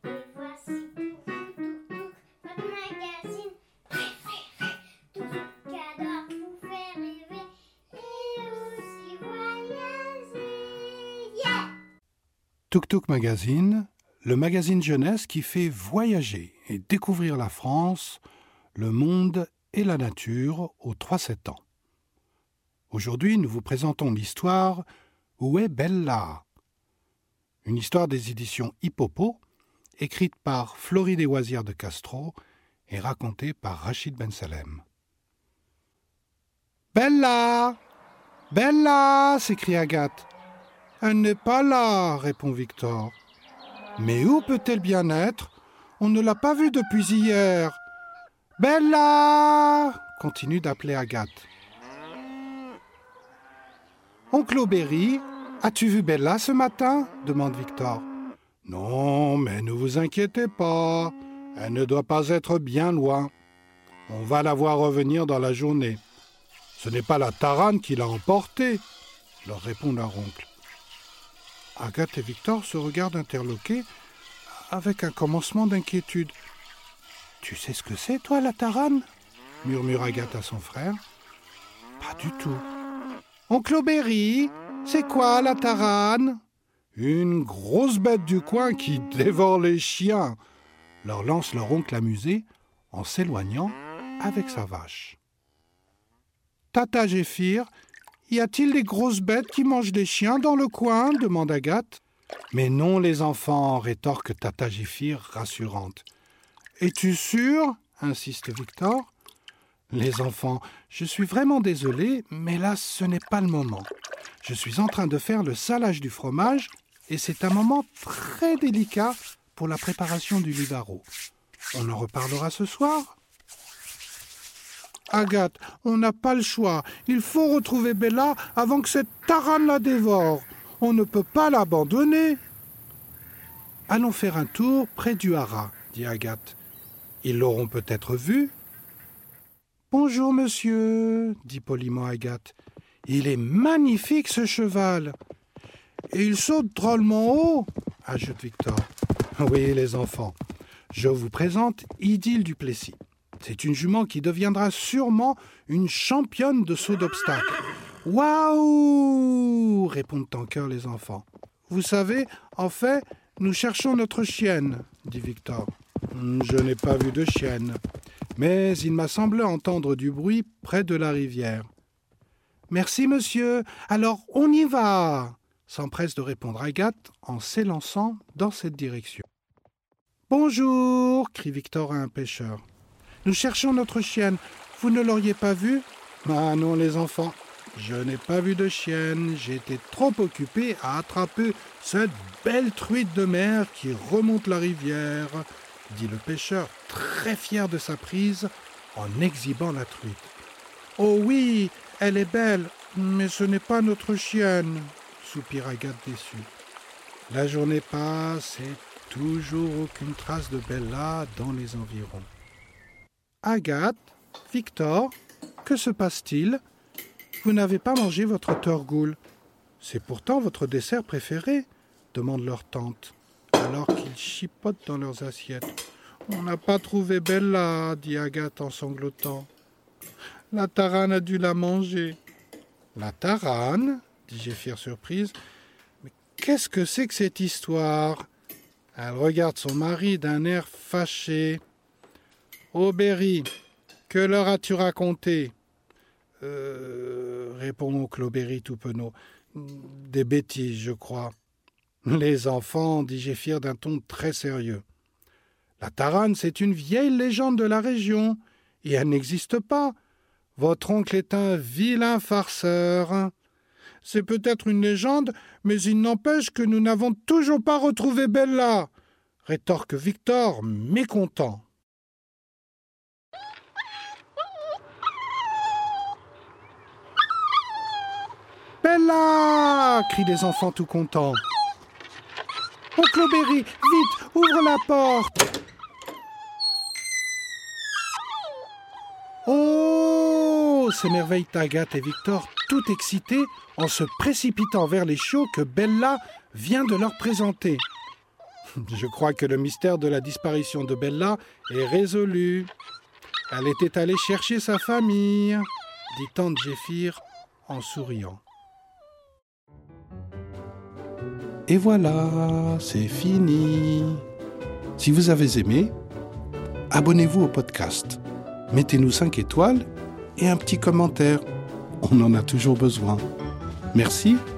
Et voici votre magazine préféré. Tout ce qu'adore vous faire rêver et aussi voyager. Yeah! Tuk Tuk Magazine, le magazine jeunesse qui fait voyager et découvrir la France, le monde et la nature aux 3-7 ans. Aujourd'hui, nous vous présentons l'histoire « Où est Bella ?» Une histoire des éditions Hippopo, écrite par Florie Desloisières de Castro et racontée par Rachid Ben Salem. « Bella! Bella !» s'écrie Agathe. « Elle n'est pas là !» répond Victor. « Mais où peut-elle bien être ? On ne l'a pas vue depuis hier. »« Bella !» continue d'appeler Agathe. « Oncle Aubéry, as-tu vu Bella ce matin ?» demande Victor. « Non, mais ne vous inquiétez pas, elle ne doit pas être bien loin. On va la voir revenir dans la journée. Ce n'est pas la Tarane qui l'a emportée, » leur répond leur oncle. Agathe et Victor se regardent interloqués avec un commencement d'inquiétude. « Tu sais ce que c'est, toi, la Tarane ?» murmure Agathe à son frère. « Pas du tout. »« Oncle Aubéry, c'est quoi la Tarane ?»« Une grosse bête du coin qui dévore les chiens », leur lance leur oncle amusé en s'éloignant avec sa vache. « Tata Géphir, y a-t-il des grosses bêtes qui mangent des chiens dans le coin ?» demande Agathe. « Mais non, les enfants » rétorque Tata Géphir rassurante. « Es-tu sûr ?» insiste Victor. « Les enfants, je suis vraiment désolé, mais là, ce n'est pas le moment. Je suis en train de faire le salage du fromage et c'est un moment très délicat pour la préparation du livaro. On en reparlera ce soir ? Agathe, on n'a pas le choix. Il faut retrouver Bella avant que cette Tarane la dévore. On ne peut pas l'abandonner. »« Allons faire un tour près du haras, » dit Agathe. « Ils l'auront peut-être vue. »« Bonjour, monsieur, » dit poliment Agathe. « Il est magnifique, ce cheval. »« Et il saute drôlement haut, » ajoute Victor. « Oui, les enfants, je vous présente Idylle Duplessis. C'est une jument qui deviendra sûrement une championne de saut d'obstacles. »« Waouh !» répondent en chœur les enfants. « Vous savez, en fait, nous cherchons notre chienne, » dit Victor. « Je n'ai pas vu de chienne, mais il m'a semblé entendre du bruit près de la rivière. »« Merci, monsieur. Alors, on y va !» s'empresse de répondre Agathe en s'élançant dans cette direction. « Bonjour !» crie Victor à un pêcheur. « Nous cherchons notre chienne. Vous ne l'auriez pas vue ?»« Ah non, les enfants, je n'ai pas vu de chienne. J'ai été trop occupé à attraper cette belle truite de mer qui remonte la rivière, » dit le pêcheur, très fier de sa prise, en exhibant la truite. « Oh oui, elle est belle, mais ce n'est pas notre chienne, » soupire Agathe déçue. La journée passe et toujours aucune trace de Bella dans les environs. Agathe, Victor, que se passe-t-il ? Vous n'avez pas mangé votre torgoul. C'est pourtant votre dessert préféré, demande leur tante, alors qu'ils chipotent dans leurs assiettes. On n'a pas trouvé Bella, dit Agathe en sanglotant. La Tarane a dû la manger. La Tarane ? Dit Géphir surprise. Mais qu'est-ce que c'est que cette histoire ? Elle regarde son mari d'un air fâché. Aubéry, que leur as-tu raconté ? Répond oncle Aubéry tout penaud. Des bêtises, je crois. Les enfants, dit Géphir d'un ton très sérieux. La Tarane, c'est une vieille légende de la région, et elle n'existe pas. Votre oncle est un vilain farceur. C'est peut-être une légende, mais il n'empêche que nous n'avons toujours pas retrouvé Bella, rétorque Victor, mécontent. Bella ! Crient les enfants tout contents. Oncle Aubéry, vite, ouvre la porte. Oh ! S'émerveillent Agathe et Victor, tout excités, en se précipitant vers les chiots que Bella vient de leur présenter. Je crois que le mystère de la disparition de Bella est résolu. Elle était allée chercher sa famille, dit tante Zéphir en souriant. Et voilà, c'est fini. Si vous avez aimé, abonnez-vous au podcast. Mettez-nous 5 étoiles et un petit commentaire. On en a toujours besoin. Merci.